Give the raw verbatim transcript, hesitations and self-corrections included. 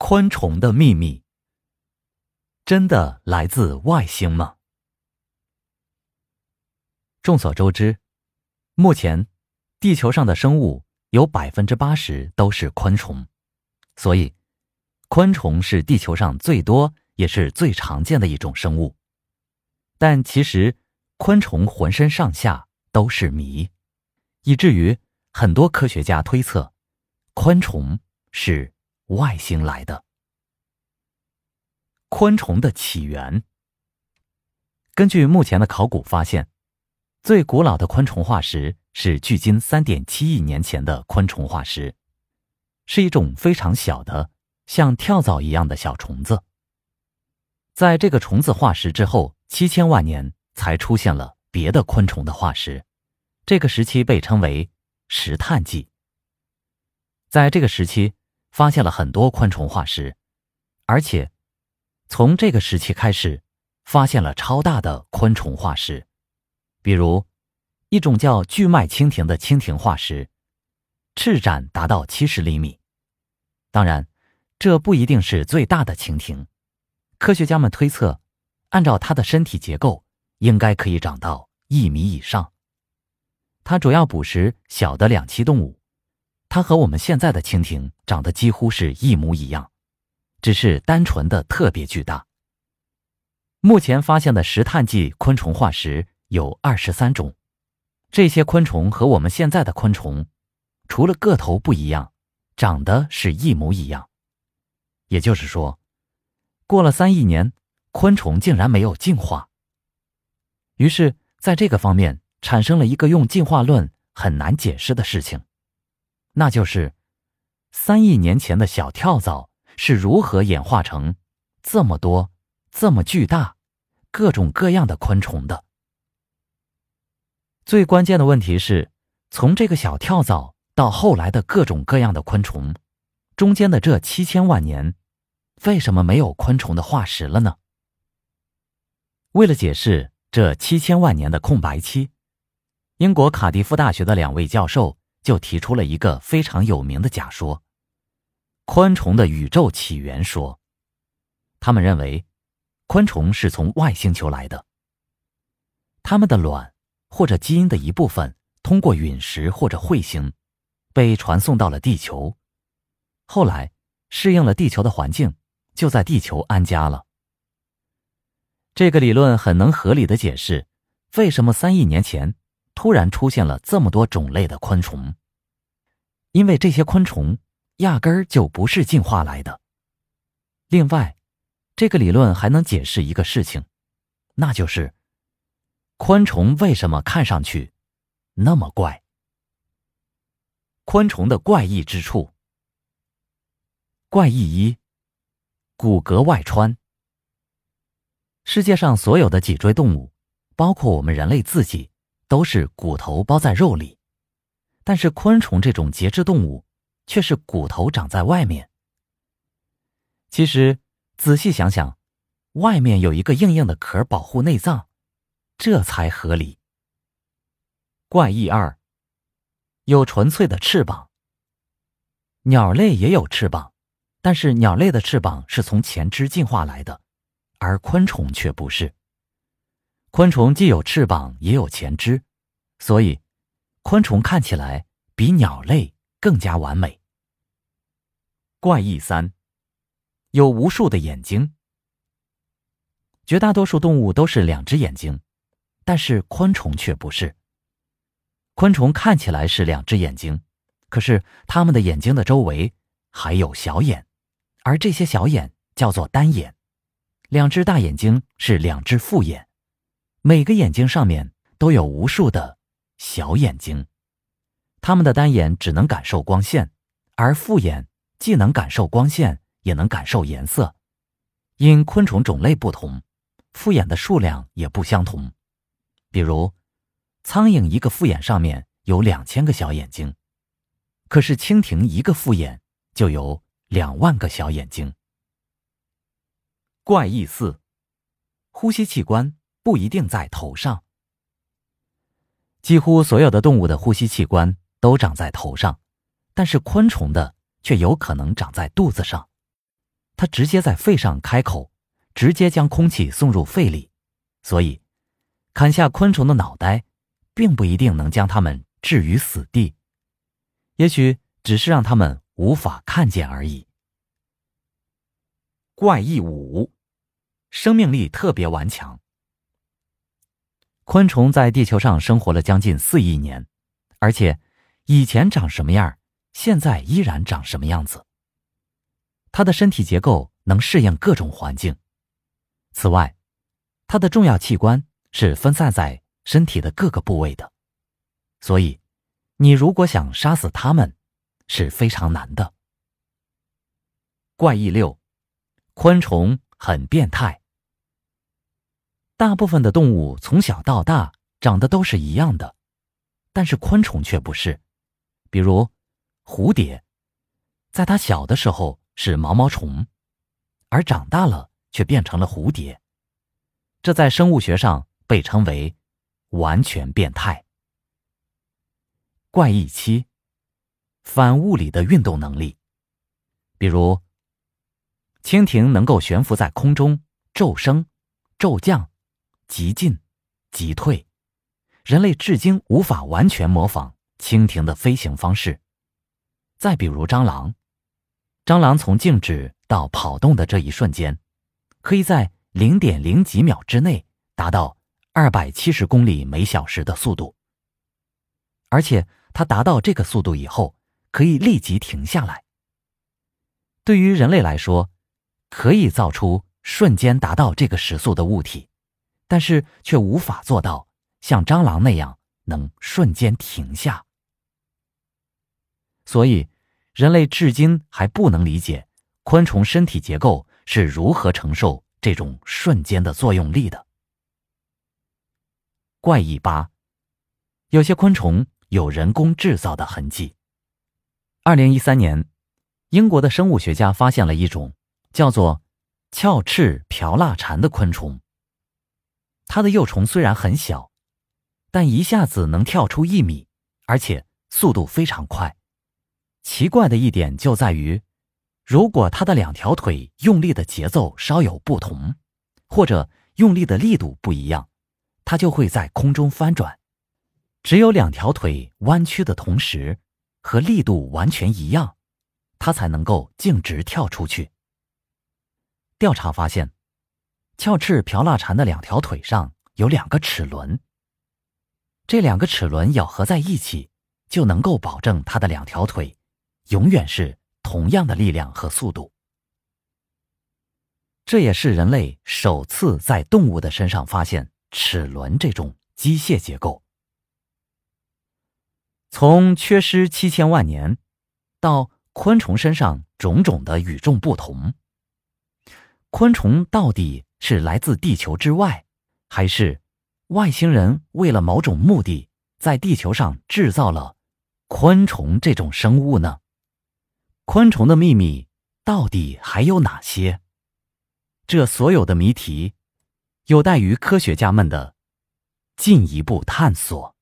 昆虫的秘密真的来自外星吗？众所周知，目前地球上的生物有 百分之八十 都是昆虫，所以昆虫是地球上最多也是最常见的一种生物。但其实昆虫浑身上下都是谜，以至于很多科学家推测昆虫是外星来的。昆虫的起源，根据目前的考古发现，最古老的昆虫化石是距今 三点七亿年前的昆虫化石，是一种非常小的像跳蚤一样的小虫子。在这个虫子化石之后七千万年才出现了别的昆虫的化石，这个时期被称为石炭纪。在这个时期发现了很多昆虫化石，而且从这个时期开始发现了超大的昆虫化石，比如一种叫巨脉蜻蜓的蜻蜓化石，翅展达到七十厘米。当然，这不一定是最大的蜻蜓，科学家们推测，按照它的身体结构，应该可以长到一米以上。它主要捕食小的两栖动物，它和我们现在的蜻蜓长得几乎是一模一样，只是单纯的特别巨大。目前发现的石炭纪昆虫化石有二十三种，这些昆虫和我们现在的昆虫，除了个头不一样，长得是一模一样。也就是说，过了三亿年，昆虫竟然没有进化。于是，在这个方面产生了一个用进化论很难解释的事情，那就是三亿年前的小跳蚤是如何演化成这么多、这么巨大、各种各样的昆虫的。最关键的问题是，从这个小跳蚤到后来的各种各样的昆虫，中间的这七千万年，为什么没有昆虫的化石了呢？为了解释这七千万年的空白期，英国卡迪夫大学的两位教授就提出了一个非常有名的假说——昆虫的宇宙起源说。他们认为，昆虫是从外星球来的，它们的卵或者基因的一部分通过陨石或者彗星被传送到了地球，后来适应了地球的环境，就在地球安家了。这个理论很能合理地解释为什么三亿年前突然出现了这么多种类的昆虫，因为这些昆虫压根儿就不是进化来的。另外，这个理论还能解释一个事情，那就是昆虫为什么看上去那么怪。昆虫的怪异之处。怪异一，骨骼外穿。世界上所有的脊椎动物，包括我们人类自己，都是骨头包在肉里，但是昆虫这种节肢动物却是骨头长在外面。其实仔细想想，外面有一个硬硬的壳保护内脏，这才合理。怪异二，有纯粹的翅膀。鸟类也有翅膀，但是鸟类的翅膀是从前肢进化来的，而昆虫却不是。昆虫既有翅膀也有前肢，所以昆虫看起来比鸟类更加完美。怪异三，有无数的眼睛。绝大多数动物都是两只眼睛，但是昆虫却不是。昆虫看起来是两只眼睛，可是它们的眼睛的周围还有小眼，而这些小眼叫做单眼。两只大眼睛是两只复眼，每个眼睛上面都有无数的小眼睛。它们的单眼只能感受光线，而复眼既能感受光线，也能感受颜色。因昆虫种类不同，复眼的数量也不相同。比如，苍蝇一个复眼上面有两千个小眼睛，可是蜻蜓一个复眼就有两万个小眼睛。怪异四，呼吸器官不一定在头上。几乎所有的动物的呼吸器官都长在头上，但是昆虫的却有可能长在肚子上。 它直接在肺上开口，直接将空气送入肺里，所以砍下昆虫的脑袋并不一定能将它们置于死地，也许只是让它们无法看见而已。怪异五，生命力特别顽强。昆虫在地球上生活了将近四亿年，而且以前长什么样，现在依然长什么样子。它的身体结构能适应各种环境。此外，它的重要器官是分散在身体的各个部位的，所以你如果想杀死它们是非常难的。怪异六，昆虫很变态。大部分的动物从小到大长得都是一样的，但是昆虫却不是。比如蝴蝶，在它小的时候是毛毛虫，而长大了却变成了蝴蝶。这在生物学上被称为完全变态。怪异七，反物理的运动能力。比如蜻蜓能够悬浮在空中，骤升、骤降、急进、急退，人类至今无法完全模仿蜻蜓的飞行方式。再比如蟑螂，蟑螂从静止到跑动的这一瞬间，可以在 零点零 几秒之内达到二百七十公里每小时的速度，而且它达到这个速度以后，可以立即停下来。对于人类来说，可以造出瞬间达到这个时速的物体，但是却无法做到像蟑螂那样能瞬间停下。所以人类至今还不能理解昆虫身体结构是如何承受这种瞬间的作用力的。怪异八，有些昆虫有人工制造的痕迹。二零一三年，英国的生物学家发现了一种叫做鞘翅瓢蜡蝉的昆虫。它的幼虫虽然很小，但一下子能跳出一米，而且速度非常快。奇怪的一点就在于，如果它的两条腿用力的节奏稍有不同，或者用力的力度不一样，它就会在空中翻转。只有两条腿弯曲的同时，和力度完全一样，它才能够径直跳出去。调查发现，鞘翅瓢蜡蝉的两条腿上有两个齿轮，这两个齿轮咬合在一起，就能够保证它的两条腿永远是同样的力量和速度。这也是人类首次在动物的身上发现齿轮这种机械结构。从缺失七千万年到昆虫身上种种的与众不同，昆虫到底是来自地球之外，还是外星人为了某种目的在地球上制造了昆虫这种生物呢？昆虫的秘密到底还有哪些？这所有的谜题有待于科学家们的进一步探索。